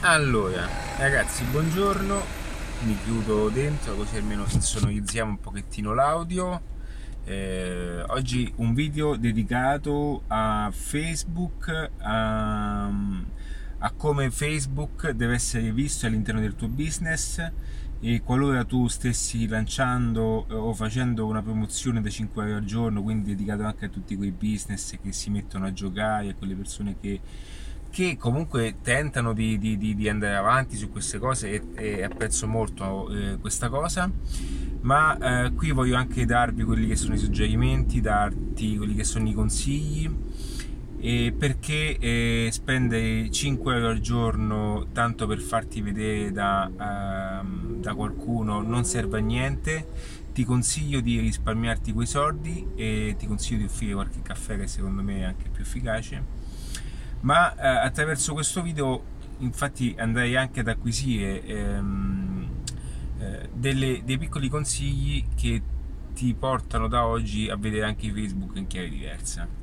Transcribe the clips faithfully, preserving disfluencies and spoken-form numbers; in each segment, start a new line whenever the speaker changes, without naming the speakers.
Allora, ragazzi, buongiorno. Mi chiudo dentro così almeno insonorizziamo un pochettino l'audio. Eh, oggi un video dedicato a Facebook, a, a come Facebook deve essere visto all'interno del tuo business, e qualora tu stessi lanciando o facendo una promozione da cinque euro al giorno, quindi dedicato anche a tutti quei business che si mettono a giocare, a quelle persone che che comunque tentano di, di, di, di andare avanti su queste cose, e, e apprezzo molto eh, questa cosa, ma eh, qui voglio anche darvi quelli che sono i suggerimenti, darti quelli che sono i consigli, e perché eh, spendere cinque euro al giorno tanto per farti vedere da, uh, da qualcuno non serve a niente. Ti consiglio di risparmiarti quei soldi e ti consiglio di offrire qualche caffè, che secondo me è anche più efficace. Ma eh, attraverso questo video infatti andrei anche ad acquisire ehm, eh, delle, dei piccoli consigli che ti portano da oggi a vedere anche Facebook in chiave diversa.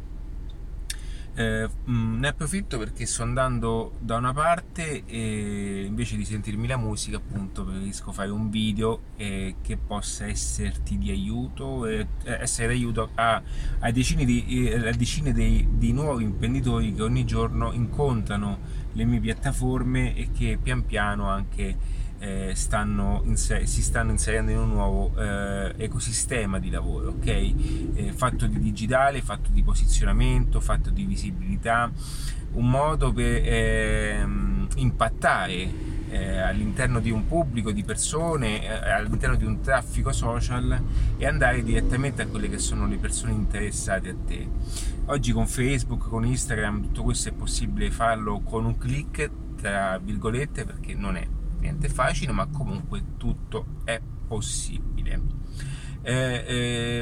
Eh, mh, ne approfitto perché sto andando da una parte e invece di sentirmi la musica, appunto, preferisco fare un video eh, che possa esserti di aiuto, e eh, essere d'aiuto a, a decine, di, eh, a decine di, di nuovi imprenditori che ogni giorno incontrano le mie piattaforme e che pian piano anche eh, stanno inser- si stanno inserendo in un nuovo eh, ecosistema di lavoro, ok? Eh, fatto di digitale, fatto di posizionamento, fatto di visibilità, un modo per ehm, impattare eh, all'interno di un pubblico di persone, eh, all'interno di un traffico social, e andare direttamente a quelle che sono le persone interessate a te. Oggi con Facebook, con Instagram, tutto questo è possibile farlo con un click, tra virgolette, perché non è niente facile, ma comunque tutto è possibile. Eh, eh,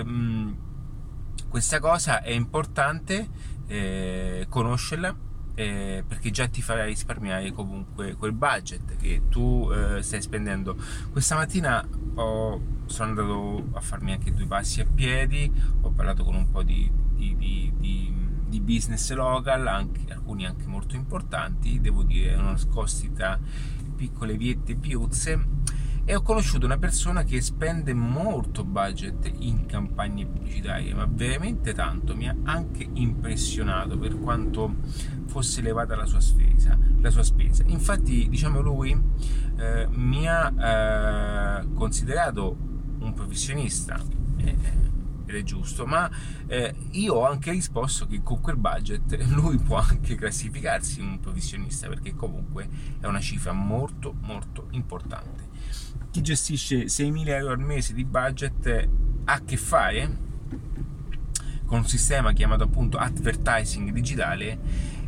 questa cosa è importante eh, conoscerla, eh, perché già ti farà risparmiare comunque quel budget che tu eh, stai spendendo. Questa mattina ho, sono andato a farmi anche due passi a piedi, ho parlato con un po' di, di, di, di, di business local, anche, alcuni anche molto importanti, devo dire, nascosti tra piccole viette e piuzze, e ho conosciuto una persona che spende molto budget in campagne pubblicitarie, ma veramente tanto. Mi ha anche impressionato per quanto fosse elevata la sua spesa, la sua spesa. Infatti, diciamo, lui eh, mi ha eh, considerato un professionista, eh, ed è giusto, ma eh, io ho anche risposto che con quel budget lui può anche classificarsi un professionista, perché comunque è una cifra molto molto importante. Chi gestisce seimila euro al mese di budget ha a che fare con un sistema chiamato appunto advertising digitale,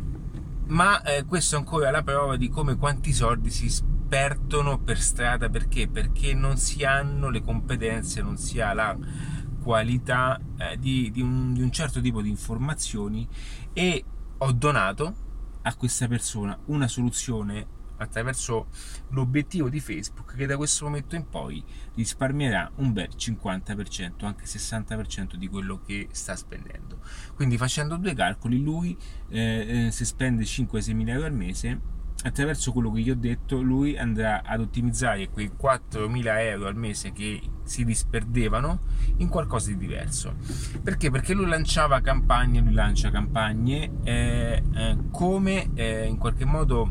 ma eh, questo è ancora la prova di come quanti soldi si perdono per strada. Perché? Perché non si hanno le competenze, non si ha la qualità eh, di, di, un, di un certo tipo di informazioni, e ho donato a questa persona una soluzione attraverso l'obiettivo di Facebook, che da questo momento in poi risparmierà un bel cinquanta per cento, anche sessanta per cento di quello che sta spendendo. Quindi, facendo due calcoli, lui eh, eh, se spende cinque sei mila euro al mese, attraverso quello che gli ho detto, lui andrà ad ottimizzare quei quattromila euro al mese che si disperdevano in qualcosa di diverso. Perché? Perché lui lanciava campagne, lui lancia campagne eh, eh, come eh, in qualche modo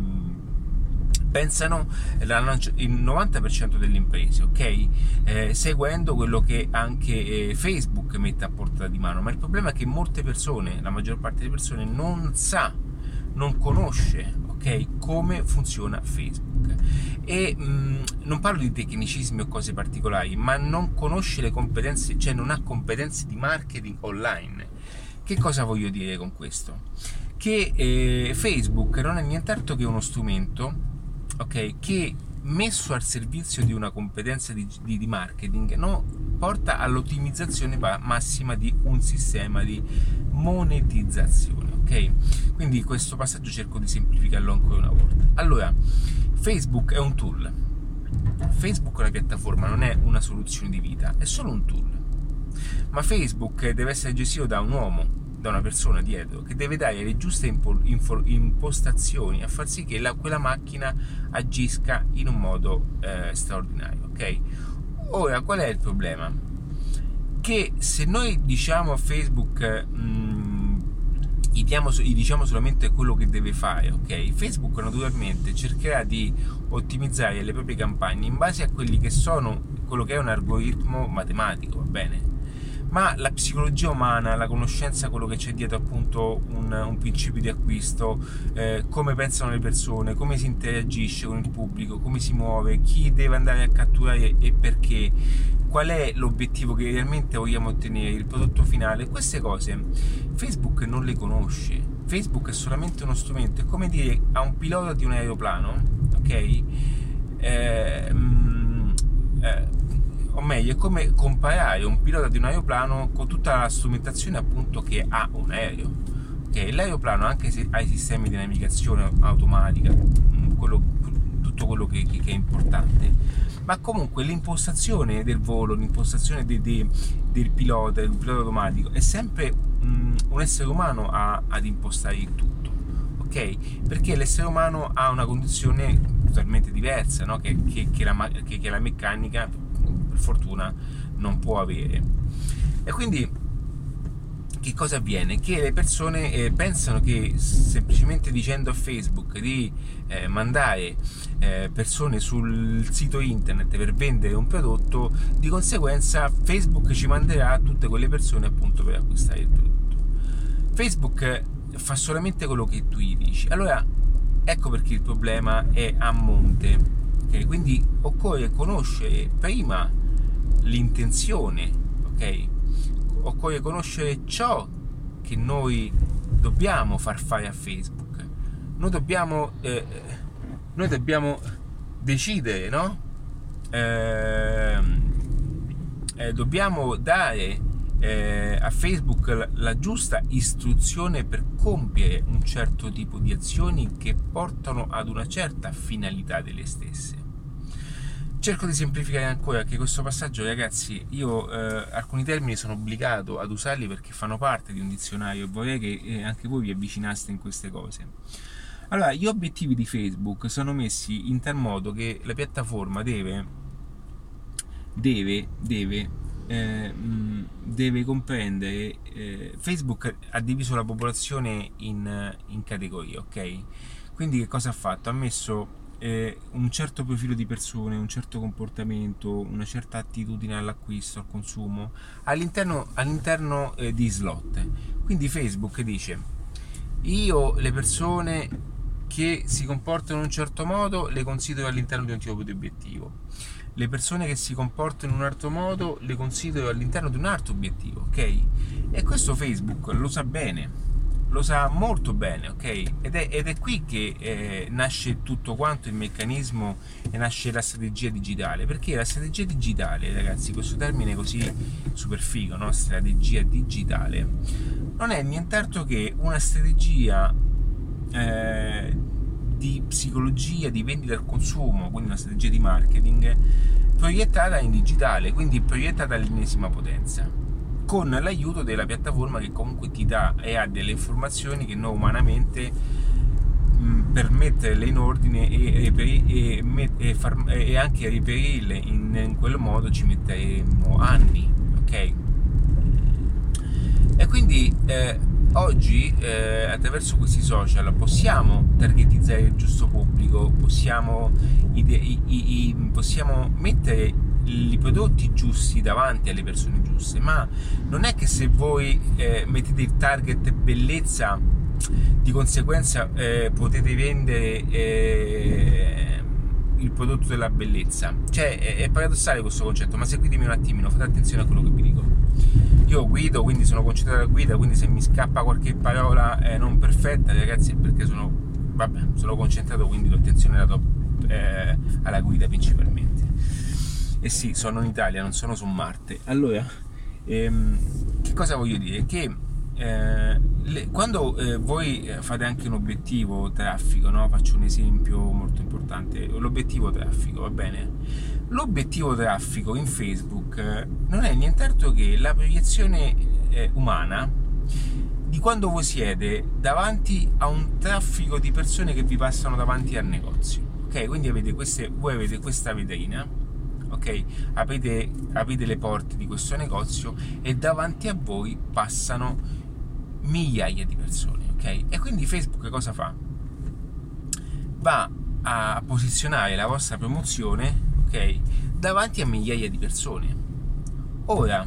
mh, pensano il novanta per cento delle imprese, ok? Eh, seguendo quello che anche eh, Facebook mette a portata di mano. Ma il problema è che molte persone, la maggior parte delle persone, non sa, non conosce, ok, come funziona Facebook, e mh, non parlo di tecnicismi o cose particolari, ma non conosce le competenze, cioè non ha competenze di marketing online. Che cosa voglio dire con questo? Che eh, Facebook non è nient'altro che uno strumento, ok, che messo al servizio di una competenza di, di, di marketing, no, porta all'ottimizzazione massima di un sistema di monetizzazione, ok? Quindi questo passaggio cerco di semplificarlo ancora una volta. Allora, Facebook è un tool. Facebook è una piattaforma, non è una soluzione di vita, è solo un tool. Ma Facebook deve essere gestito da un uomo, da una persona dietro che deve dare le giuste impo- info- impostazioni a far sì che la, quella macchina agisca in un modo eh, straordinario, ok? Ora, qual è il problema? Che se noi diciamo a Facebook mh, gli, diamo, gli diciamo solamente quello che deve fare, ok? Facebook naturalmente cercherà di ottimizzare le proprie campagne in base a quelli che sono quello che è un algoritmo matematico, va bene? Ma la psicologia umana, la conoscenza, quello che c'è dietro appunto un, un principio di acquisto, eh, come pensano le persone, come si interagisce con il pubblico, come si muove, chi deve andare a catturare e perché, qual è l'obiettivo che realmente vogliamo ottenere, il prodotto finale, queste cose Facebook non le conosce. Facebook è solamente uno strumento, è come dire a un pilota di un aeroplano, ok? Eh, mm, eh, o meglio, è come comparare un pilota di un aeroplano con tutta la strumentazione appunto che ha un aereo. Okay? L'aeroplano, anche se ha i sistemi di navigazione automatica, quello, tutto quello che, che, che è importante, ma comunque l'impostazione del volo, l'impostazione de, de, del pilota, del pilota automatico, è sempre um, un essere umano a, ad impostare il tutto, ok? Perché l'essere umano ha una condizione totalmente diversa, no? che, che, che, la, che, che la meccanica, per fortuna, non può avere. E quindi che cosa avviene? Che le persone eh, pensano che semplicemente dicendo a Facebook di eh, mandare eh, persone sul sito internet per vendere un prodotto, di conseguenza Facebook ci manderà tutte quelle persone appunto per acquistare il prodotto. Facebook fa solamente quello che tu gli dici. Allora ecco perché il problema è a monte, okay? Quindi occorre conoscere prima l'intenzione, ok? Occorre conoscere ciò che noi dobbiamo far fare a Facebook. Noi dobbiamo eh, noi dobbiamo decidere, no? Eh, eh, dobbiamo dare eh, a Facebook la, la giusta istruzione per compiere un certo tipo di azioni che portano ad una certa finalità delle stesse. Cerco di semplificare ancora che questo passaggio, ragazzi, io eh, alcuni termini sono obbligato ad usarli perché fanno parte di un dizionario e vorrei che eh, anche voi vi avvicinaste in queste cose. Allora, gli obiettivi di Facebook sono messi in tal modo che la piattaforma deve deve deve eh, deve comprendere eh, Facebook ha diviso la popolazione in, in categorie, ok? Quindi che cosa ha fatto? Ha messo Eh, un certo profilo di persone, un certo comportamento, una certa attitudine all'acquisto, al consumo all'interno, all'interno eh, di slot. Quindi Facebook dice: io le persone che si comportano in un certo modo le considero all'interno di un tipo di obiettivo, le persone che si comportano in un altro modo le considero all'interno di un altro obiettivo, ok? E questo Facebook lo sa bene, lo sa molto bene, ok? Ed è, ed è qui che eh, nasce tutto quanto il meccanismo e nasce la strategia digitale, perché la strategia digitale, ragazzi, questo termine così super figo, no? Strategia digitale, non è nient'altro che una strategia eh, di psicologia, di vendita al consumo, quindi una strategia di marketing proiettata in digitale, quindi proiettata all'ennesima potenza, con l'aiuto della piattaforma che comunque ti dà e ha delle informazioni che noi umanamente mh, per metterle in ordine e, e, e, e, far, e anche reperirle in, in quel modo ci metteremo anni, ok? E quindi eh, oggi eh, attraverso questi social possiamo targetizzare il giusto pubblico, possiamo, ide- i, i, i, possiamo mettere i prodotti giusti davanti alle persone giuste, ma non è che se voi eh, mettete il target bellezza di conseguenza eh, potete vendere eh, il prodotto della bellezza. Cioè è, è paradossale questo concetto, ma seguitemi un attimino, fate attenzione a quello che vi dico. Io guido, quindi sono concentrato alla guida, quindi se mi scappa qualche parola eh, non perfetta, ragazzi, è perché sono, vabbè, sono concentrato, quindi l'attenzione la do eh, alla guida principalmente. E sì, sono in Italia, non sono su Marte. Allora, ehm, che cosa voglio dire? Che eh, le, quando eh, voi fate anche un obiettivo traffico, no? Faccio un esempio molto importante, l'obiettivo traffico, va bene? L'obiettivo traffico in Facebook eh, non è nient'altro che la proiezione eh, umana di quando voi siete davanti a un traffico di persone che vi passano davanti al negozio, ok? Quindi avete queste, voi avete questa vetrina, ok? Aprite, aprite le porte di questo negozio e davanti a voi passano migliaia di persone, ok? E quindi Facebook cosa fa? Va a posizionare la vostra promozione, ok, davanti a migliaia di persone. Ora,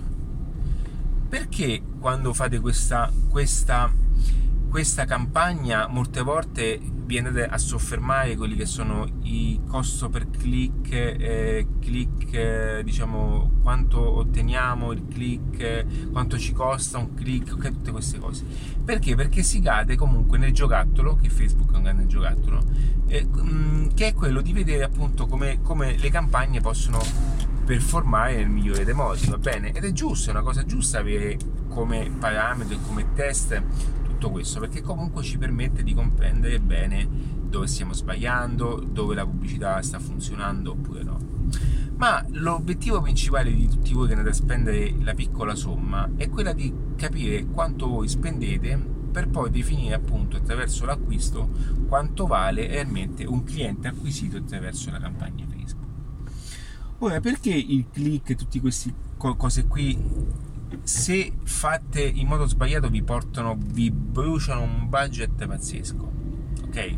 perché quando fate questa, questa, questa campagna molte volte vi andate a soffermare quelli che sono i costo per click, eh, click eh, diciamo quanto otteniamo il click, eh, quanto ci costa un click, ok, tutte queste cose? Perché? Perché si cade comunque nel giocattolo, che Facebook è un grande giocattolo, eh, che è quello di vedere appunto come, come le campagne possono performare nel migliore dei modi, va bene? Ed è giusto, è una cosa giusta avere come parametro e come test tutto questo, perché comunque ci permette di comprendere bene dove stiamo sbagliando, dove la pubblicità sta funzionando oppure no. Ma l'obiettivo principale di tutti voi che andate a spendere la piccola somma è quella di capire quanto voi spendete per poi definire appunto attraverso l'acquisto quanto vale realmente un cliente acquisito attraverso la campagna Facebook. Ora, perché il click e tutte queste cose qui, se fatte in modo sbagliato, vi portano, vi bruciano un budget pazzesco, ok?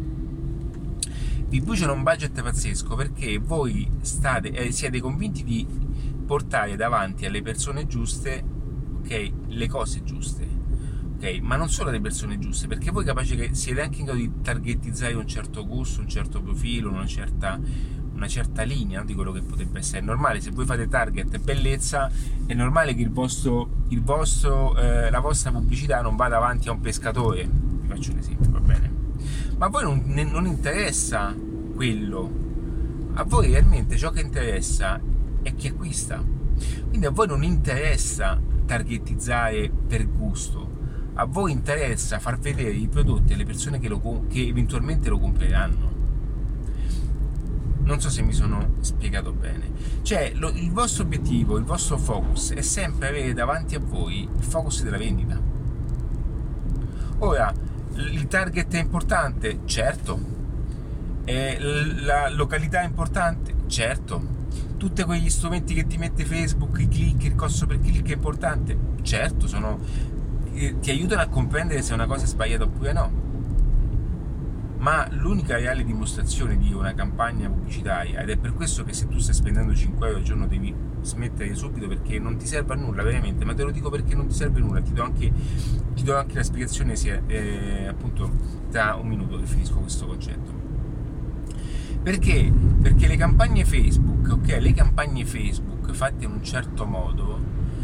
Vi bruciano un budget pazzesco perché voi state, eh, siete convinti di portare davanti alle persone giuste, ok, le cose giuste, ok? Ma non solo le persone giuste, perché voi capace che siete anche in grado di targetizzare un certo gusto, un certo profilo, una certa una certa linea di quello che potrebbe essere. È normale, se voi fate target bellezza, è normale che il vostro, il vostro eh, la vostra pubblicità non vada davanti a un pescatore, vi faccio un esempio, va bene? Ma a voi non, ne, non interessa quello, a voi realmente ciò che interessa è chi acquista, quindi a voi non interessa targetizzare per gusto, a voi interessa far vedere i prodotti alle persone che, lo, che eventualmente lo compreranno. Non so se mi sono spiegato bene. Cioè, lo, il vostro obiettivo, il vostro focus è sempre avere davanti a voi il focus della vendita. Ora, il target è importante? Certo. E la località è importante? Certo. Tutti quegli strumenti che ti mette Facebook, i click, il costo per click è importante? Certo, sono, ti aiutano a comprendere se una cosa è sbagliata oppure no. Ma l'unica reale dimostrazione di una campagna pubblicitaria, ed è per questo che se tu stai spendendo cinque euro al giorno devi smettere subito, perché non ti serve a nulla veramente, ma te lo dico perché non ti serve a nulla, ti do anche, ti do anche la spiegazione sia, eh, appunto tra un minuto che finisco questo concetto. Perché? Perché le campagne Facebook, ok, le campagne Facebook fatte in un certo modo,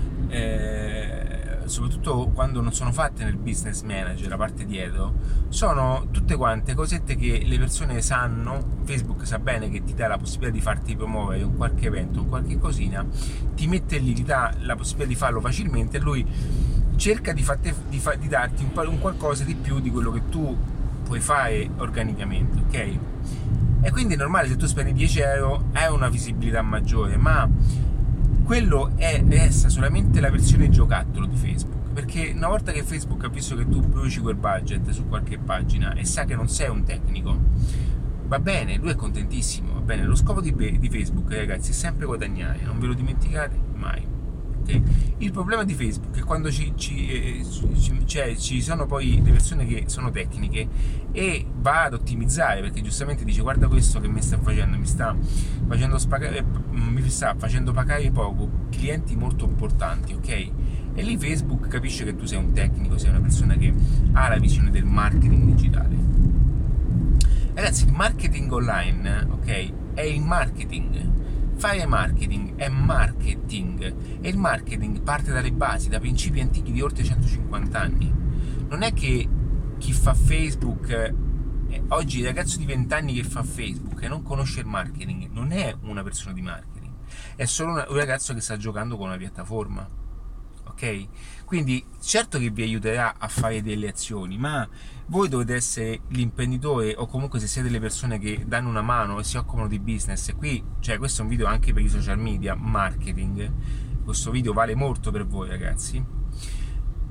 eh, soprattutto quando non sono fatte nel business manager, la parte dietro, sono tutte quante cosette che le persone sanno. Facebook sa bene che ti dà la possibilità di farti promuovere un qualche evento, un qualche cosina, ti mette lì, ti dà la possibilità di farlo facilmente e lui cerca di, fatte, di, fa, di darti un, un qualcosa di più di quello che tu puoi fare organicamente, ok? E quindi è normale, se tu spendi dieci euro hai una visibilità maggiore, ma quello è, resta solamente la versione giocattolo di Facebook, perché una volta che Facebook ha visto che tu bruci quel budget su qualche pagina e sa che non sei un tecnico, va bene, lui è contentissimo, va bene. Lo scopo di, di Facebook, ragazzi, è sempre guadagnare, non ve lo dimenticate mai, okay? Il problema di Facebook è quando ci, ci, eh, ci, cioè, ci sono poi le persone che sono tecniche e va ad ottimizzare, perché giustamente dice: guarda questo che mi sta facendo, mi sta facendo spagare, mi sta facendo pagare poco clienti molto importanti, ok? E lì Facebook capisce che tu sei un tecnico, sei una persona che ha la visione del marketing digitale. Ragazzi, il marketing online, ok, è il marketing. Fare marketing è marketing, e il marketing parte dalle basi, da principi antichi di oltre centocinquanta anni. Non è che chi fa Facebook, eh, oggi il ragazzo di venti anni che fa Facebook e non conosce il marketing, non è una persona di marketing, è solo una, un ragazzo che sta giocando con una piattaforma, ok? Quindi certo che vi aiuterà a fare delle azioni, ma voi dovete essere l'imprenditore, o comunque se siete le persone che danno una mano e si occupano di business. E qui, cioè, questo è un video anche per i social media, marketing, questo video vale molto per voi, ragazzi.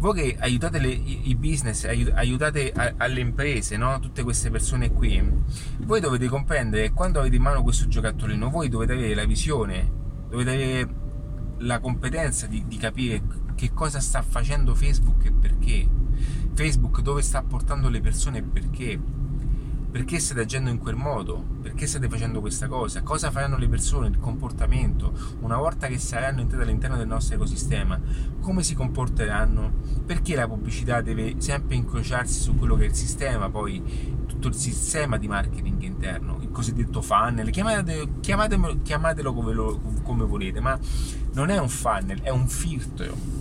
voi che aiutate le, i business, aiutate a, alle imprese, no? Tutte queste persone qui, voi dovete comprendere che quando avete in mano questo giocattolino, voi dovete avere la visione, dovete avere la competenza di, di capire che cosa sta facendo Facebook e perché. Facebook dove sta portando le persone e perché. Perché state agendo in quel modo? Perché state facendo questa cosa? Cosa faranno le persone? Il comportamento? Una volta che saranno entrate all'interno del nostro ecosistema, come si comporteranno? Perché la pubblicità deve sempre incrociarsi su quello che è il sistema, poi tutto il sistema di marketing interno, il cosiddetto funnel, chiamate, chiamatelo, chiamatelo come, lo, come volete, ma non è un funnel, è un filtro.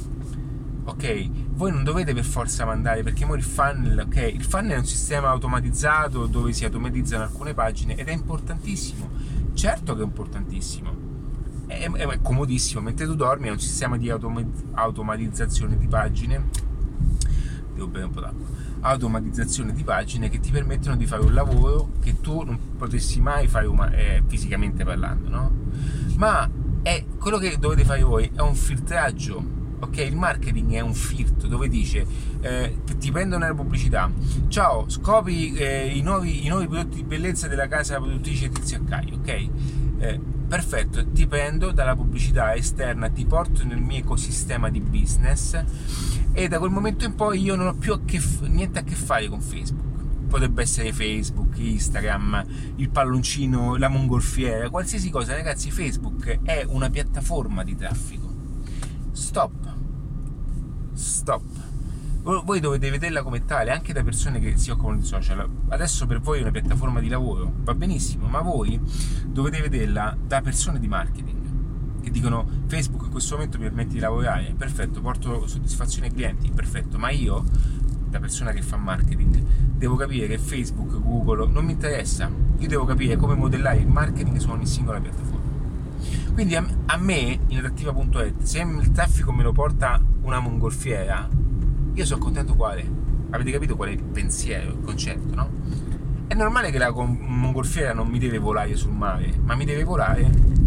Ok, voi non dovete per forza mandare, perché poi il funnel, ok, il funnel è un sistema automatizzato dove si automatizzano alcune pagine ed è importantissimo, certo che è importantissimo, è, è, è comodissimo, mentre tu dormi è un sistema di automa- automatizzazione di pagine, devo bere un po' d'acqua, automatizzazione di pagine che ti permettono di fare un lavoro che tu non potessi mai fare uma- eh, fisicamente parlando, no? Ma è quello che dovete fare voi, è un filtraggio. Ok, il marketing è un filtro dove dice eh, ti prendono la pubblicità, ciao, scopri eh, i, nuovi, i nuovi prodotti di bellezza della casa produttrice Tizia Caio, ok? Eh, perfetto, ti prendo dalla pubblicità esterna, ti porto nel mio ecosistema di business e da quel momento in poi io non ho più a che, niente a che fare con Facebook. Potrebbe essere Facebook, Instagram, il palloncino, la mongolfiera, qualsiasi cosa. Ragazzi, Facebook è una piattaforma di traffico. Stop, stop. Voi dovete vederla come tale, anche da persone che si occupano di social. Adesso per voi è una piattaforma di lavoro, va benissimo, ma voi dovete vederla da persone di marketing che dicono Facebook in questo momento mi permette di lavorare, perfetto, porto soddisfazione ai clienti, perfetto, ma io, da persona che fa marketing, devo capire che Facebook, Google non mi interessa, io devo capire come modellare il marketing su ogni singola piattaforma. Quindi a, a me, in adattiva punto it, se il traffico me lo porta una mongolfiera, io sono contento uguale. Avete capito qual è il pensiero, il concetto, no? È normale che la mongolfiera non mi deve volare sul mare, ma mi deve volare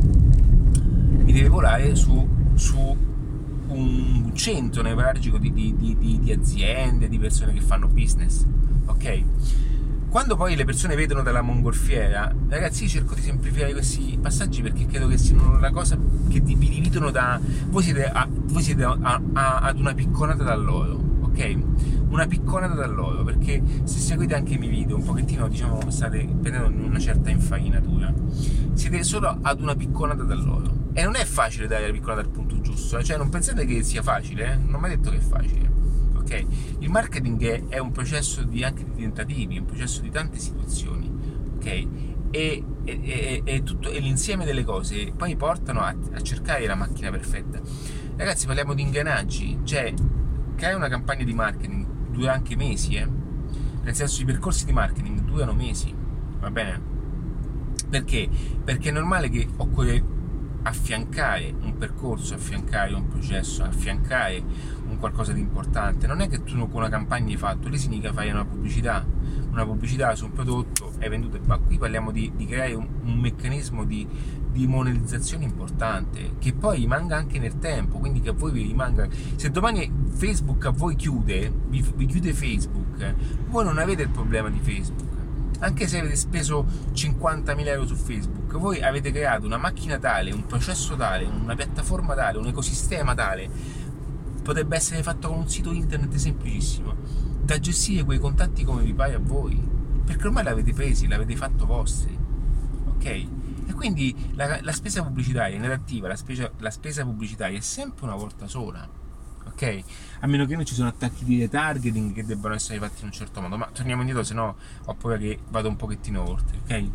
mi deve volare su, su un centro nevralgico di, di, di, di, di aziende, di persone che fanno business, ok? Quando poi le persone vedono dalla mongolfiera, ragazzi, io cerco di semplificare questi passaggi perché credo che siano la cosa che vi dividono da... Voi siete, a, voi siete a, a, ad una picconata da loro, ok? Una picconata da loro, perché se seguite anche i miei video un pochettino, diciamo, state prendendo una certa infarinatura. Siete solo ad una picconata da loro. E non è facile dare la picconata al punto giusto, eh? Cioè non pensate che sia facile, eh? Non ho mai detto che è facile. Okay. Il marketing è, è un processo di, anche di tentativi, un processo di tante situazioni, ok? E, e, e, e, tutto, e l'insieme delle cose poi portano a, a cercare la macchina perfetta. Ragazzi, parliamo di ingranaggi, cioè creare una campagna di marketing dura anche mesi, eh? Nel senso, i percorsi di marketing durano mesi, va bene? Perché? Perché è normale che occorre affiancare un percorso, affiancare un processo, affiancare un qualcosa di importante. Non è che tu con una campagna hai fatto, lì significa fare una pubblicità, una pubblicità su un prodotto, hai venduto e va. Qui parliamo di, di creare un, un meccanismo di, di monetizzazione importante, che poi rimanga anche nel tempo, quindi che a voi vi rimanga. Se domani Facebook a voi chiude, vi, vi chiude Facebook, voi non avete il problema di Facebook. Anche se avete speso cinquantamila euro su Facebook, voi avete creato una macchina tale, un processo tale, una piattaforma tale, un ecosistema tale, potrebbe essere fatto con un sito internet semplicissimo, da gestire quei contatti come vi pare a voi, perché ormai l'avete presi, l'avete fatto vostri, ok? E quindi la, la spesa pubblicitaria in adattiva, la spesa, la spesa pubblicitaria è sempre una volta sola. Ok? A meno che non ci sono attacchi di retargeting che debbano essere fatti in un certo modo, ma torniamo indietro, se no ho paura che vado un pochettino oltre, ok?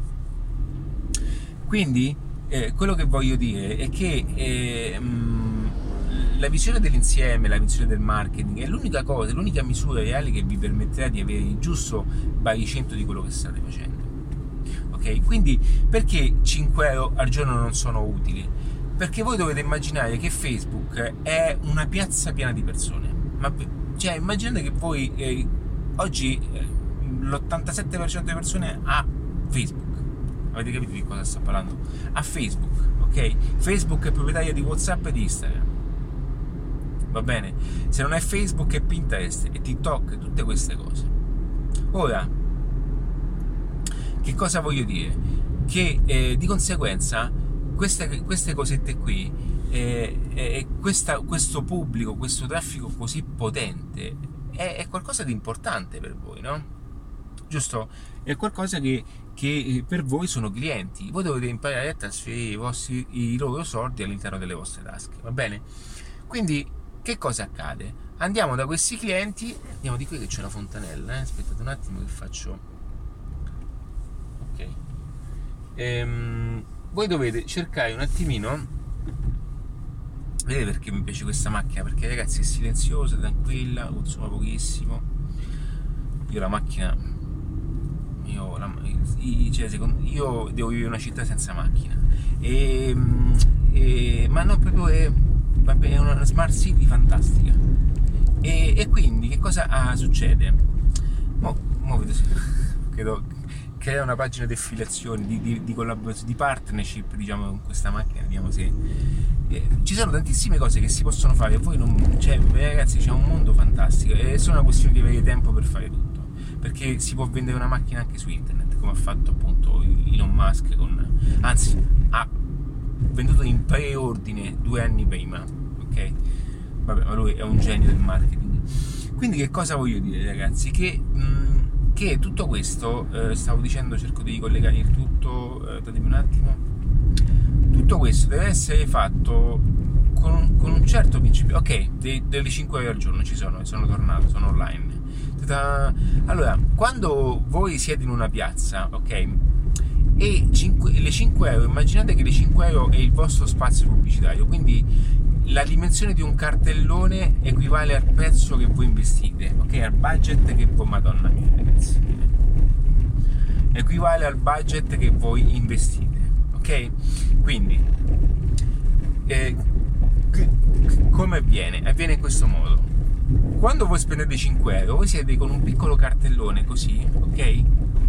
Quindi eh, quello che voglio dire è che eh, mh, la visione dell'insieme, la visione del marketing è l'unica cosa, l'unica misura reale che vi permetterà di avere il giusto baricentro di quello che state facendo, ok? Quindi perché cinque euro al giorno non sono utili? Perché voi dovete immaginare che Facebook è una piazza piena di persone. Ma, cioè, immaginate che voi eh, oggi eh, l'ottantasette per cento delle persone ha Facebook. Avete capito di cosa sto parlando? Ha Facebook, ok? Facebook è proprietaria di WhatsApp e di Instagram. va bene? Se non è Facebook è Pinterest, è TikTok, tutte queste cose. Ora, che cosa voglio dire? Che eh, di conseguenza queste, queste cosette qui, eh, eh, questa, questo pubblico, questo traffico così potente è, è qualcosa di importante per voi, no? Giusto? È qualcosa che, che per voi sono clienti. Voi dovete imparare a trasferire i, vostri, i loro soldi all'interno delle vostre tasche, va bene? Quindi che cosa accade? Andiamo da questi clienti, andiamo di qui che c'è una fontanella, eh? Aspettate un attimo che faccio. Ok. Ehm, voi dovete cercare un attimino. Vedete perché mi piace questa macchina? Perché ragazzi è silenziosa, tranquilla, consuma pochissimo. Io la macchina io, la, cioè, secondo, io devo vivere in una città senza macchina e, e, ma non proprio è, è una smart city fantastica e, e quindi che cosa ah, succede? Mo, mo vedo se credo crea una pagina di affiliazione, di, di, di collaborazione, di partnership, diciamo, con questa macchina, vediamo se eh, ci sono tantissime cose che si possono fare. Voi non, cioè, ragazzi, c'è un mondo fantastico e è solo una questione di avere tempo per fare tutto, perché si può vendere una macchina anche su internet, come ha fatto appunto Elon Musk con, anzi ha venduto in preordine due anni prima, ok? Vabbè, ma lui è un genio del marketing. Quindi che cosa voglio dire, ragazzi? Che mh, che tutto questo, eh, stavo dicendo, cerco di collegare il tutto, eh, datemi un attimo, tutto questo deve essere fatto con un, con un certo principio. Ok, de, delle cinque euro al giorno ci sono, sono tornato, sono online. Allora, quando voi siete in una piazza, ok, e cinque, le cinque euro, immaginate che le cinque euro è il vostro spazio pubblicitario, quindi la dimensione di un cartellone equivale al prezzo che voi investite, ok? Al budget che voi, madonna mia ragazzi, equivale al budget che voi investite, ok? Quindi eh, come avviene? Avviene in questo modo: quando voi spendete cinque euro, voi siete con un piccolo cartellone così, ok?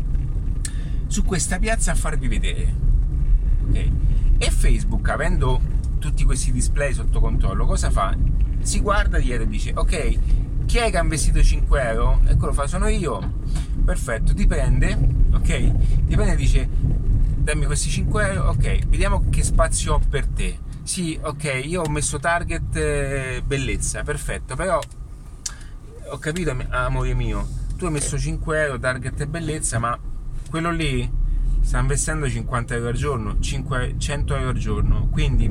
Su questa piazza a farvi vedere, ok? E Facebook, avendo tutti questi display sotto controllo, cosa fa? Si guarda dietro e dice: ok, chi è che ha investito cinque euro? Eccolo fa, sono io. Perfetto, ti prende, ok? Ti prende e dice: dammi questi cinque euro, ok, vediamo che spazio ho per te. Sì, ok, io ho messo target eh, bellezza, perfetto, però ho capito, amore mio, tu hai messo cinque euro target bellezza, ma quello lì sta investendo cinquanta euro al giorno, cento euro al giorno, quindi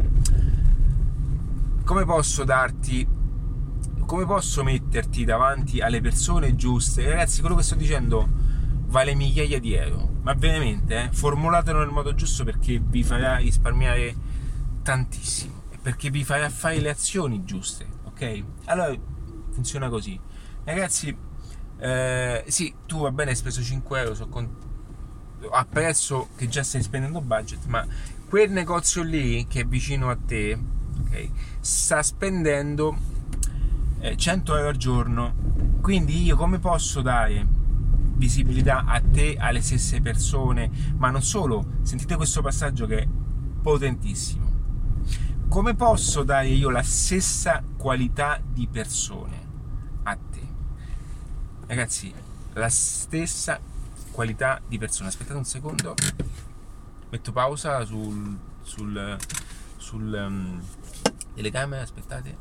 come posso darti, come posso metterti davanti alle persone giuste? Ragazzi, quello che sto dicendo vale migliaia di euro, ma veramente, eh, formulatelo nel modo giusto, perché vi farà risparmiare tantissimo, perché vi farà fare le azioni giuste, ok? Allora funziona così, ragazzi. Eh, sì, tu va bene, hai speso cinque euro, so con... apprezzo che già stai spendendo budget, ma quel negozio lì che è vicino a te, okay, sta spendendo eh, cento euro al giorno, quindi io come posso dare visibilità a te, alle stesse persone? Ma non solo, sentite questo passaggio che è potentissimo: come posso dare io la stessa qualità di persone a te? Ragazzi, la stessa qualità di persona. Aspettate un secondo, metto pausa sul sul sul um, telecamera, aspettate,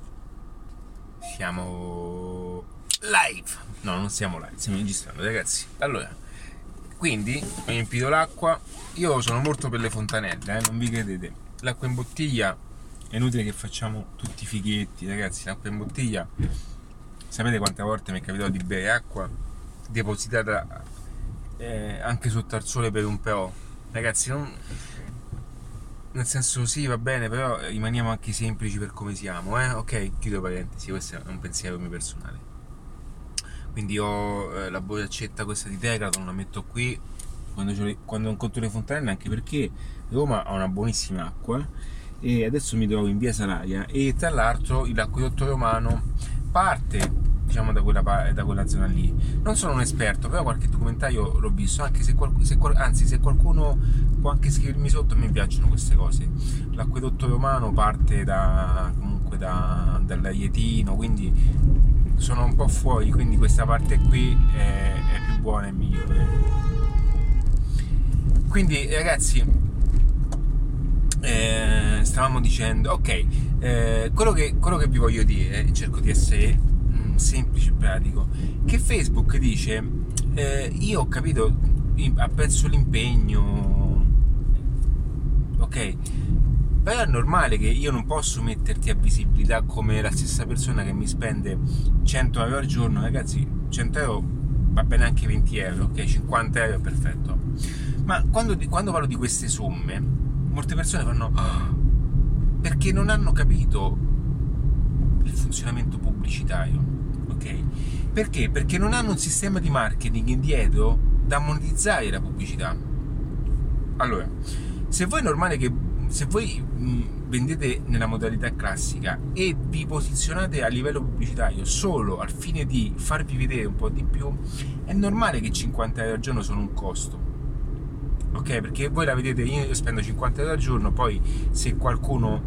siamo live, no, non siamo live, stiamo registrando, ragazzi. Allora, quindi ho riempito l'acqua. Io sono molto per le fontanelle, eh, non vi credete. L'acqua in bottiglia è inutile che facciamo tutti i fighetti, ragazzi. L'acqua in bottiglia, sapete quante volte mi è capitato di bere acqua depositata Eh, anche sotto al sole per un però, ragazzi, non, nel senso, sì, va bene, però rimaniamo anche semplici per come siamo, eh? Ok, chiudo parentesi, questo è un pensiero mio personale. Quindi ho eh, la boccetta questa di Decathlon, la metto qui quando, quando incontro le fontanelle, anche perché Roma ha una buonissima acqua e adesso mi trovo in via Salaria e tra l'altro l'acquedotto romano parte, diciamo, da quella, da quella zona lì. Non sono un esperto, però qualche documentario l'ho visto, anche se, qual, se anzi se qualcuno può anche scrivermi sotto, a me piacciono queste cose. L'acquedotto romano parte da, comunque comunque da, dall'aietino, quindi sono un po' fuori, quindi questa parte qui è, è più buona e migliore. Quindi ragazzi, eh, stavamo dicendo, ok, eh, quello, che, quello che vi voglio dire, cerco di essere mh, semplice e pratico, che Facebook dice, eh, io ho capito, apprezzo l'impegno, ok, però è normale che io non posso metterti a visibilità come la stessa persona che mi spende cento euro al giorno. Ragazzi, cento euro va bene anche venti euro, ok, cinquanta euro è perfetto, ma quando, quando parlo di queste somme molte persone fanno oh, perché non hanno capito il funzionamento pubblicitario, ok? Perché? Perché non hanno un sistema di marketing indietro da monetizzare la pubblicità. Allora, se voi è normale che se voi mh, vendete nella modalità classica e vi posizionate a livello pubblicitario solo al fine di farvi vedere un po' di più, è normale che cinquanta euro al giorno sono un costo, ok? Perché voi la vedete, io spendo cinquanta euro al giorno, poi se qualcuno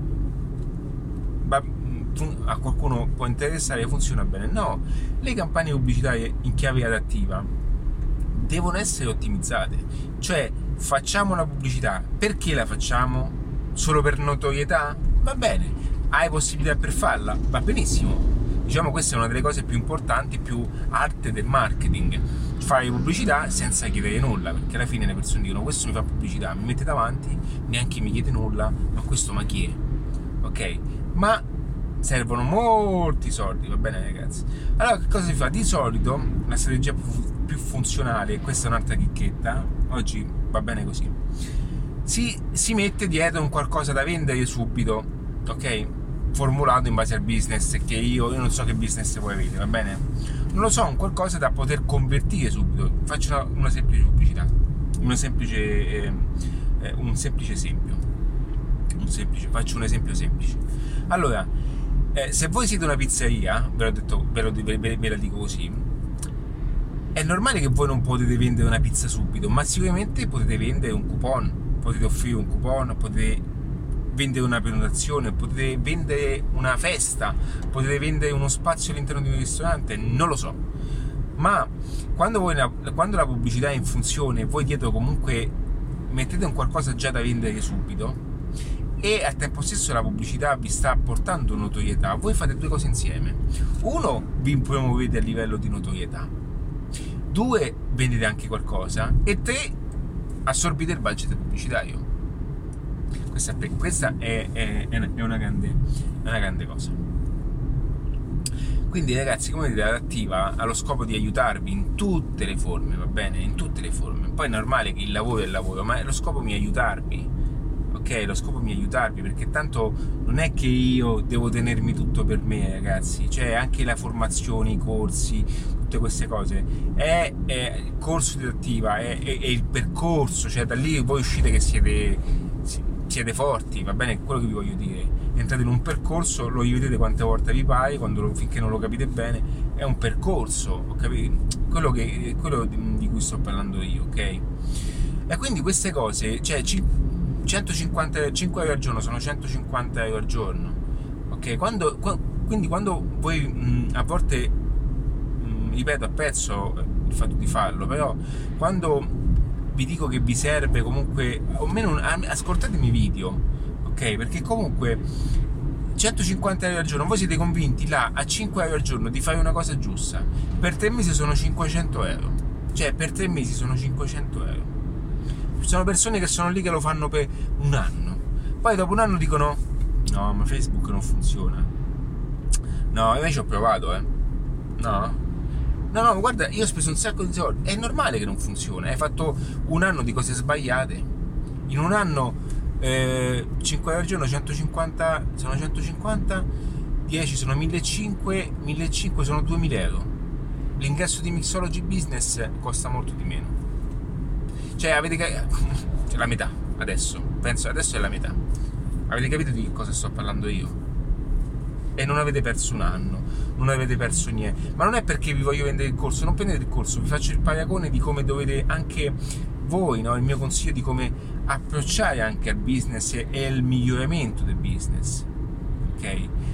a qualcuno può interessare, funziona bene. No, le campagne pubblicitarie in chiave adattiva devono essere ottimizzate, cioè facciamo la pubblicità, perché la facciamo? Solo per notorietà? Va bene. Hai possibilità per farla? Va benissimo. Diciamo, questa è una delle cose più importanti, più alte del marketing, fare pubblicità senza chiedere nulla, perché alla fine le persone dicono questo mi fa pubblicità, mi mette davanti, neanche mi chiede nulla, ma questo ma chi è? Ok? Ma servono molti soldi, va bene ragazzi? Allora che cosa si fa? Di solito la strategia più funzionale, questa è un'altra chicchetta, oggi va bene così, si, si mette dietro un qualcosa da vendere subito, ok? Formulato in base al business che io, io non so che business vuoi avere, va bene? Non lo so, un qualcosa da poter convertire subito. Faccio una, una semplice pubblicità, una semplice, eh, eh, un semplice esempio, un semplice, faccio un esempio semplice. Allora, eh, se voi siete una pizzeria, ve l'ho detto, ve, lo, ve, ve la dico così, è normale che voi non potete vendere una pizza subito, ma sicuramente potete vendere un coupon, potete offrire un coupon, potete vendere una prenotazione, potete vendere una festa, potete vendere uno spazio all'interno di un ristorante, non lo so. Ma quando, voi la, quando la pubblicità è in funzione, voi dietro comunque mettete un qualcosa già da vendere subito e al tempo stesso la pubblicità vi sta portando notorietà, voi fate due cose insieme. Uno, vi promuovete a livello di notorietà. Due, vendete anche qualcosa. E tre, assorbite il budget pubblicitario. Questa, questa è, è, è, una grande, è una grande cosa. Quindi ragazzi, come vedete, l'adattiva ha lo scopo di aiutarvi in tutte le forme, va bene? In tutte le forme. Poi è normale che il lavoro è il lavoro, ma lo scopo mi è aiutarvi, ok? Lo scopo mi è aiutarvi, perché tanto non è che io devo tenermi tutto per me, ragazzi. Cioè anche la formazione, i corsi, tutte queste cose è, è il corso di adattiva, è, è, è il percorso, cioè da lì voi uscite che siete siete forti, va bene? Quello che vi voglio dire, entrate in un percorso, lo rivedete quante volte vi pare, quando lo, finché non lo capite bene, è un percorso, ok? Quello, che, quello di cui sto parlando io, ok? E quindi queste cose, cioè centocinquanta, cinque euro al giorno sono centocinquanta euro al giorno, ok? Quando, quindi quando voi mh, a volte, mh, ripeto, apprezzo il fatto di farlo, però quando vi dico che vi serve comunque, o almeno ascoltatemi i video, ok? Perché comunque centocinquanta euro al giorno, voi siete convinti là a cinque euro al giorno di fare una cosa giusta, per tre mesi sono cinquecento euro, cioè per tre mesi sono cinquecento euro. Ci sono persone che sono lì che lo fanno per un anno, poi dopo un anno dicono no, ma Facebook non funziona. No, io ci ho provato, eh no No, no, guarda, io ho speso un sacco di soldi. È normale che non funziona. Hai fatto un anno di cose sbagliate. In un anno eh, cinque euro al giorno, centocinquanta sono centocinquanta, dieci sono millecinquecento, millecinquecento sono duemila euro. L'ingresso di Mixology Business costa molto di meno. Cioè, avete capito? Cioè, la metà adesso. Penso adesso è la metà. Avete capito di cosa sto parlando io? E non avete perso un anno, non avete perso niente. Ma non è perché vi voglio vendere il corso, non prendete il corso, vi faccio il paragone di come dovete anche voi, no? Il mio consiglio di come approcciare anche al business e il miglioramento del business, ok?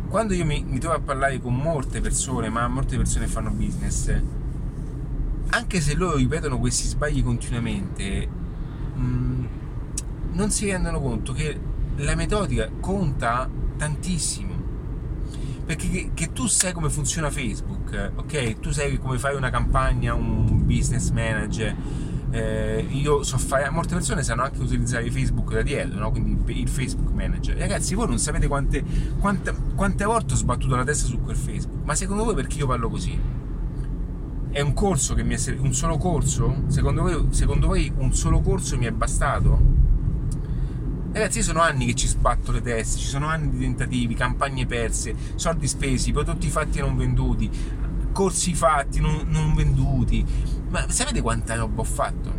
quando io mi, mi trovo a parlare con molte persone, ma molte persone fanno business, anche se loro ripetono questi sbagli continuamente, mh, non si rendono conto che la metodica conta tantissimo. Perché che, che tu sai come funziona Facebook, ok? Tu sai come fare una campagna, un business manager. Eh, io so fare, molte persone sanno anche utilizzare Facebook da dietro, no? Quindi il Facebook manager. Ragazzi, voi non sapete quante, quante, quante volte ho sbattuto la testa su quel Facebook. Ma secondo voi perché io parlo così? È un corso che mi è servito? Un solo corso? Secondo voi, secondo voi un solo corso mi è bastato? Ragazzi, io sono anni che ci sbatto le teste, ci sono anni di tentativi, campagne perse, soldi spesi, prodotti fatti e non venduti, corsi fatti, non, non venduti. Ma sapete quanta roba ho fatto?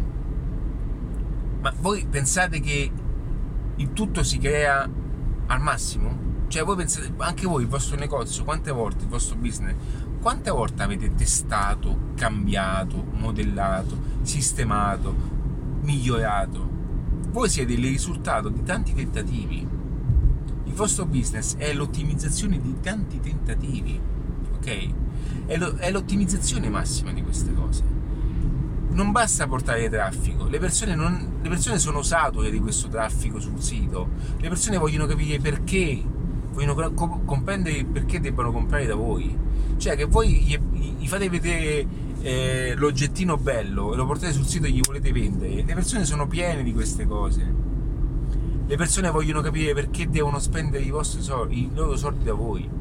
Ma voi pensate che il tutto si crea al massimo? Cioè voi pensate, anche voi, il vostro negozio, quante volte, il vostro business, quante volte avete testato, cambiato, modellato, sistemato, migliorato? Voi siete il risultato di tanti tentativi. Il vostro business è l'ottimizzazione di tanti tentativi, ok? È, lo, è l'ottimizzazione massima di queste cose. Non basta portare traffico, le persone, non, le persone sono sature di questo traffico sul sito, le persone vogliono capire perché, vogliono comprendere perché debbano comprare da voi. Cioè che voi gli, gli fate vedere Eh, l'oggettino bello e lo portate sul sito e gli volete vendere. Le persone sono piene di queste cose. Le persone vogliono capire perché devono spendere i vostri soldi, i loro soldi da voi.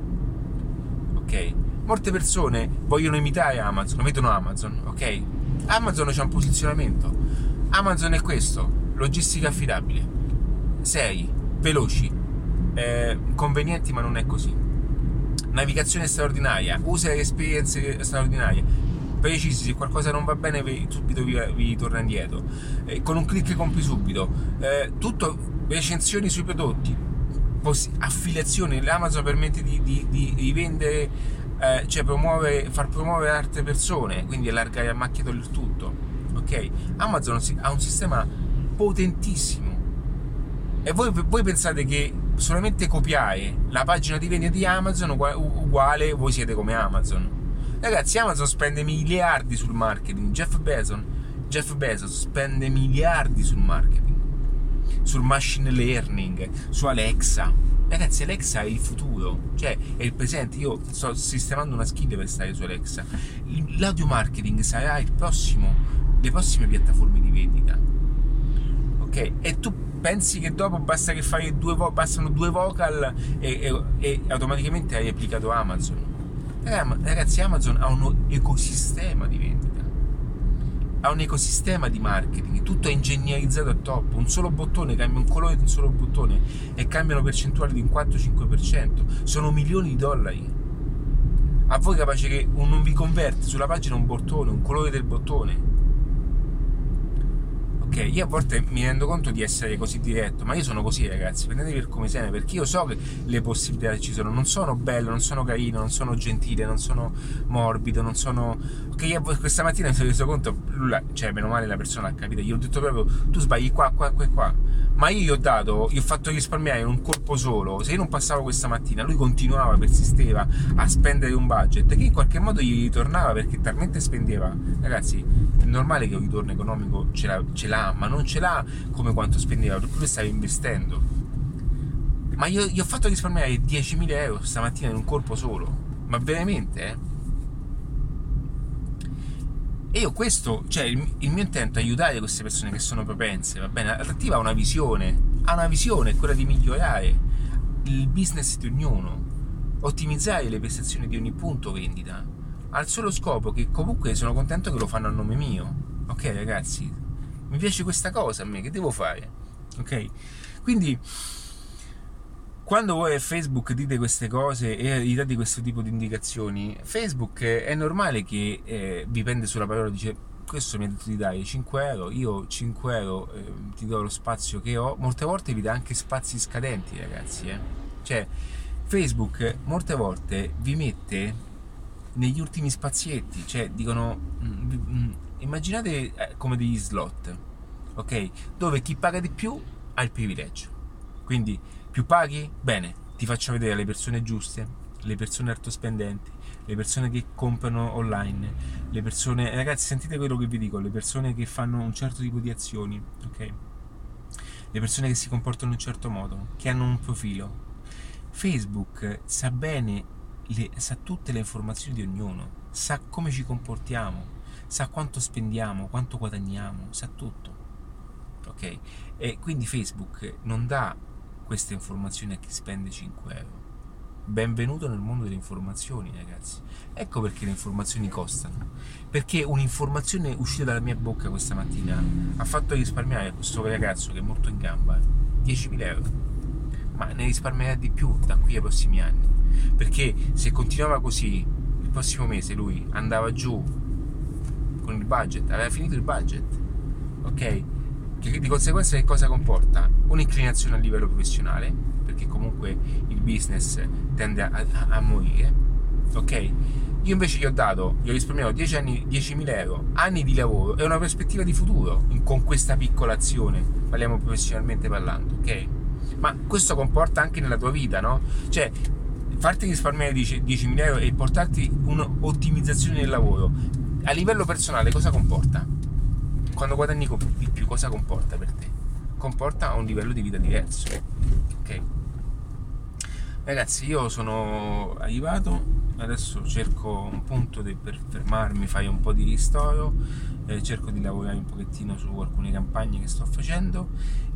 Ok? Molte persone vogliono imitare Amazon, vedono Amazon, ok? Amazon c'ha un posizionamento. Amazon è questo: logistica affidabile, seri, veloci, eh, convenienti, ma non è così. Navigazione straordinaria, user experience straordinaria, precisi, se qualcosa non va bene vi, subito vi, vi torna indietro, eh, con un clic compri subito, eh, tutto, recensioni sui prodotti, poss- affiliazioni. L'Amazon permette di, di, di, di vendere, eh, cioè promuovere, far promuovere altre persone, quindi allargare a macchia il tutto, ok? Amazon ha un sistema potentissimo e voi, voi pensate che solamente copiare la pagina di vendita di Amazon uguale voi siete come Amazon. Ragazzi, Amazon spende miliardi sul marketing. Jeff Bezos, Jeff Bezos spende miliardi sul marketing, sul machine learning, su Alexa. Ragazzi, Alexa è il futuro, cioè è il presente. Io sto sistemando una skill per stare su Alexa. L'audio marketing sarà il prossimo, le prossime piattaforme di vendita, ok? E tu pensi che dopo basta che fai due vo- bastano due vocal e, e, e automaticamente hai applicato Amazon? Ragazzi, Amazon ha un ecosistema di vendita, ha un ecosistema di marketing, tutto è ingegnerizzato a top. Un solo bottone cambia un colore di un solo bottone e cambiano percentuali di un quattro-cinque per cento. Sono milioni di dollari. A voi capace che non vi converte sulla pagina un bottone, un colore del bottone? Ok, io a volte mi rendo conto di essere così diretto, ma io sono così, ragazzi, prendetevi per come siete, perché io so che le possibilità ci sono. Non sono bello, non sono carino, non sono gentile, non sono morbido, non sono... Ok, io questa mattina mi sono reso conto, lui, cioè meno male la persona ha capito, gli ho detto proprio, tu sbagli qua, qua, qua e qua, ma io gli ho dato, gli ho fatto risparmiare in un colpo solo. Se io non passavo questa mattina, lui continuava, persisteva a spendere un budget che in qualche modo gli ritornava, perché talmente spendeva. Ragazzi, è normale che un ritorno economico ce l'ha, ce l'ha, ma non ce l'ha come quanto spendeva, perché lui stava investendo. Ma io gli ho fatto risparmiare diecimila euro stamattina in un colpo solo, ma veramente, eh? E io questo, cioè il, il mio intento è aiutare queste persone che sono propense, va bene? Attrattiva ha una visione, ha una visione, quella di migliorare il business di ognuno, ottimizzare le prestazioni di ogni punto vendita, al solo scopo che comunque sono contento che lo fanno a nome mio. Ok, ragazzi? Mi piace questa cosa a me, che devo fare? Ok? Quindi quando voi a Facebook dite queste cose e gli date questo tipo di indicazioni, Facebook è normale che eh, vi prende sulla parola, dice questo mi ha detto di dare cinque euro, io cinque euro eh, ti do lo spazio che ho. Molte volte vi dà anche spazi scadenti, ragazzi, eh? Cioè Facebook molte volte vi mette negli ultimi spazietti, cioè dicono mm, mm, immaginate eh, come degli slot, ok? Dove chi paga di più ha il privilegio, quindi più paghi, bene, ti faccio vedere le persone giuste, le persone altospendenti, le persone che comprano online, le persone, eh, ragazzi, sentite quello che vi dico, le persone che fanno un certo tipo di azioni, ok? Le persone che si comportano in un certo modo, che hanno un profilo. Facebook sa bene, le, sa tutte le informazioni di ognuno, sa come ci comportiamo, sa quanto spendiamo, quanto guadagniamo, sa tutto, ok? E quindi Facebook non dà queste informazioni a chi spende cinque euro. Benvenuto nel mondo delle informazioni, ragazzi. Ecco perché le informazioni costano, perché un'informazione uscita dalla mia bocca questa mattina ha fatto risparmiare a questo ragazzo che è molto in gamba diecimila euro, ma ne risparmierà di più da qui ai prossimi anni, perché se continuava così il prossimo mese lui andava giù con il budget, aveva finito il budget, ok? Che di conseguenza che cosa comporta? Un'inclinazione a livello professionale, perché comunque il business tende a, a, a morire, ok? Io invece gli ho dato, gli ho risparmiato dieci anni, diecimila euro, anni di lavoro e una prospettiva di futuro in, con questa piccola azione, parliamo professionalmente parlando, ok? Ma questo comporta anche nella tua vita, no? Cioè, farti risparmiare diecimila euro e portarti un'ottimizzazione del lavoro a livello personale cosa comporta? Quando guadagni di più cosa comporta per te? Comporta un livello di vita diverso, ok? Ragazzi, io sono arrivato, adesso cerco un punto de, per fermarmi, fare un po' di ristoro, eh, cerco di lavorare un pochettino su alcune campagne che sto facendo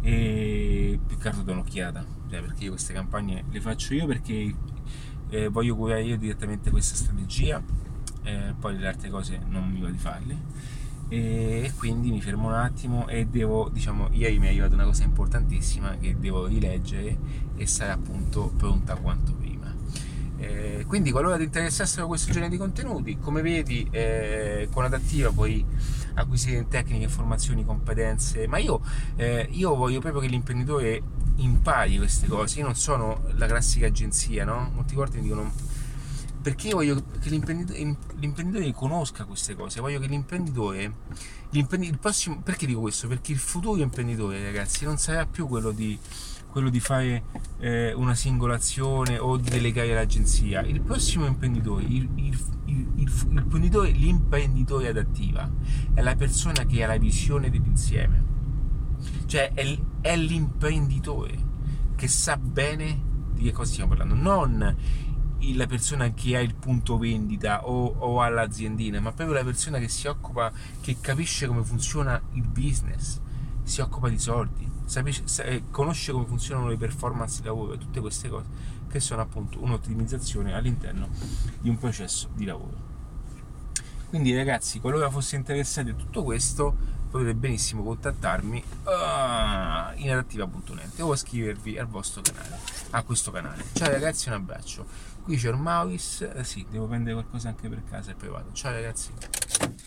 e più che altro do un'occhiata, cioè, perché io queste campagne le faccio io perché eh, voglio curare io direttamente questa strategia, eh, poi le altre cose non mi va di farle. E quindi mi fermo un attimo e devo, diciamo, ieri mi è arrivata una cosa importantissima che devo rileggere e sarà appunto pronta quanto prima. Eh, quindi qualora ti interessassero questo genere di contenuti, come vedi, eh, con Adattiva puoi acquisire tecniche, informazioni, competenze, ma io, eh, io voglio proprio che l'imprenditore impari queste cose. Io non sono la classica agenzia, no? Molti volte mi dicono, perché io voglio che l'imprenditore, l'imprenditore conosca queste cose, voglio che l'imprenditore, l'imprenditore il prossimo, perché dico questo? Perché il futuro imprenditore, ragazzi, non sarà più quello di, quello di fare eh, una singola azione o di delegare l'agenzia. Il prossimo imprenditore, il, il, il, il, l'imprenditore, l'imprenditore adattiva è la persona che ha la visione dell'insieme, cioè è, è l'imprenditore che sa bene di che cosa stiamo parlando, non la persona che ha il punto vendita o, o ha l'aziendina, ma proprio la persona che si occupa, che capisce come funziona il business, si occupa di soldi, sapisce, conosce come funzionano le performance di lavoro e tutte queste cose che sono appunto un'ottimizzazione all'interno di un processo di lavoro. Quindi ragazzi, qualora fosse interessati a tutto questo, potete benissimo contattarmi uh, in adattiva punto net o iscrivervi al vostro canale, a questo canale. Ciao ragazzi, un abbraccio. Qui c'è il Maurice, eh, sì, devo prendere qualcosa anche per casa e poi vado. Ciao ragazzi.